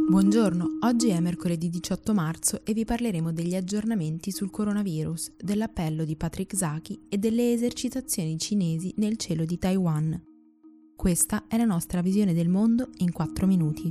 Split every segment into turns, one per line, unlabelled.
Buongiorno, oggi è mercoledì 18 marzo e vi parleremo degli aggiornamenti sul coronavirus, dell'appello di Patrick Zaki e delle esercitazioni cinesi nel cielo di Taiwan. Questa è la nostra visione del mondo in 4 minuti.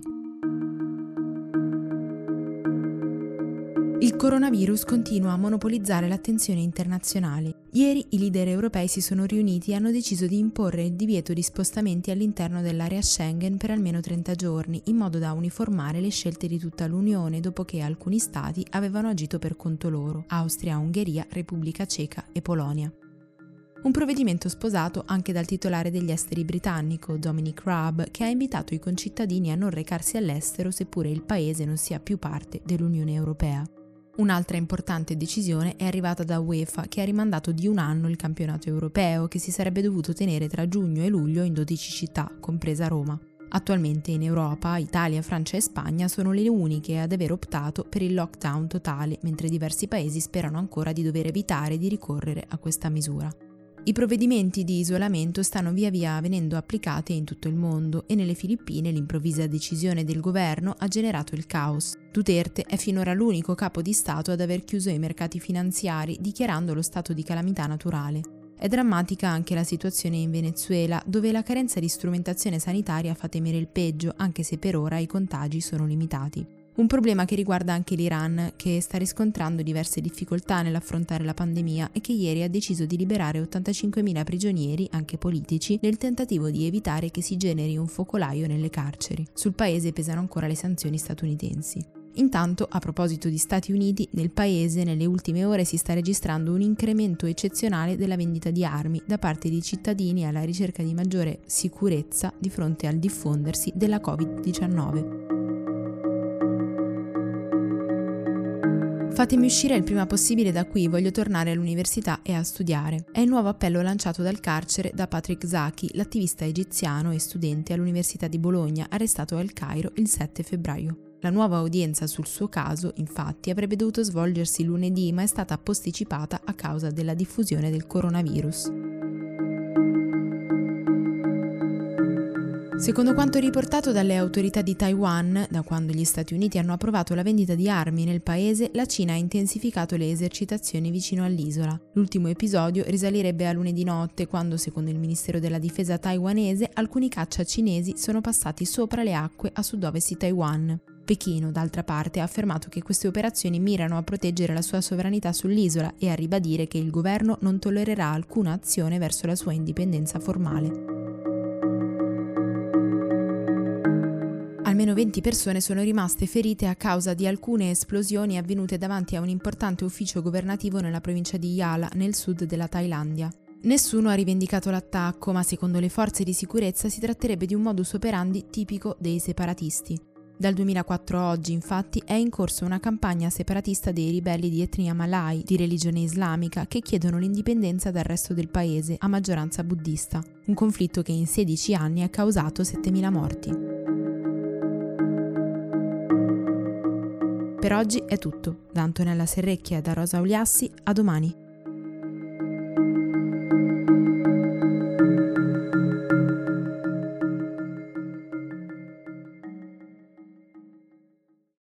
Il coronavirus continua a monopolizzare l'attenzione internazionale. Ieri i leader europei si sono riuniti e hanno deciso di imporre il divieto di spostamenti all'interno dell'area Schengen per almeno 30 giorni, in modo da uniformare le scelte di tutta l'Unione dopo che alcuni stati avevano agito per conto loro: Austria, Ungheria, Repubblica Ceca e Polonia. Un provvedimento sposato anche dal titolare degli esteri britannico, Dominic Raab, che ha invitato i concittadini a non recarsi all'estero seppure il paese non sia più parte dell'Unione Europea. Un'altra importante decisione è arrivata da UEFA, che ha rimandato di un anno il campionato europeo, che si sarebbe dovuto tenere tra giugno e luglio in 12 città, compresa Roma. Attualmente in Europa, Italia, Francia e Spagna sono le uniche ad aver optato per il lockdown totale, mentre diversi paesi sperano ancora di dover evitare di ricorrere a questa misura. I provvedimenti di isolamento stanno via via venendo applicati in tutto il mondo e nelle Filippine l'improvvisa decisione del governo ha generato il caos. Duterte è finora l'unico capo di Stato ad aver chiuso i mercati finanziari dichiarando lo stato di calamità naturale. È drammatica anche la situazione in Venezuela, dove la carenza di strumentazione sanitaria fa temere il peggio, anche se per ora i contagi sono limitati. Un problema che riguarda anche l'Iran, che sta riscontrando diverse difficoltà nell'affrontare la pandemia e che ieri ha deciso di liberare 85.000 prigionieri, anche politici, nel tentativo di evitare che si generi un focolaio nelle carceri. Sul paese pesano ancora le sanzioni statunitensi. Intanto, a proposito di Stati Uniti, nel paese nelle ultime ore si sta registrando un incremento eccezionale della vendita di armi da parte di cittadini alla ricerca di maggiore sicurezza di fronte al diffondersi della Covid-19. Fatemi uscire il prima possibile da qui, voglio tornare all'università e a studiare. È il nuovo appello lanciato dal carcere da Patrick Zaki, l'attivista egiziano e studente all'Università di Bologna, arrestato al Cairo il 7 febbraio. La nuova udienza sul suo caso, infatti, avrebbe dovuto svolgersi lunedì, ma è stata posticipata a causa della diffusione del coronavirus. Secondo quanto riportato dalle autorità di Taiwan, da quando gli Stati Uniti hanno approvato la vendita di armi nel paese, la Cina ha intensificato le esercitazioni vicino all'isola. L'ultimo episodio risalirebbe a lunedì notte, quando, secondo il Ministero della Difesa taiwanese, alcuni caccia cinesi sono passati sopra le acque a sud-ovest di Taiwan. Pechino, d'altra parte, ha affermato che queste operazioni mirano a proteggere la sua sovranità sull'isola e a ribadire che il governo non tollererà alcuna azione verso la sua indipendenza formale. Almeno 20 persone sono rimaste ferite a causa di alcune esplosioni avvenute davanti a un importante ufficio governativo nella provincia di Yala, nel sud della Thailandia. Nessuno ha rivendicato l'attacco, ma secondo le forze di sicurezza si tratterebbe di un modus operandi tipico dei separatisti. Dal 2004 a oggi, infatti, è in corso una campagna separatista dei ribelli di etnia malai, di religione islamica, che chiedono l'indipendenza dal resto del paese, a maggioranza buddista. Un conflitto che in 16 anni ha causato 7.000 morti. Per oggi è tutto. Da Antonella Serrecchia e da Rosa Uliassi, a domani.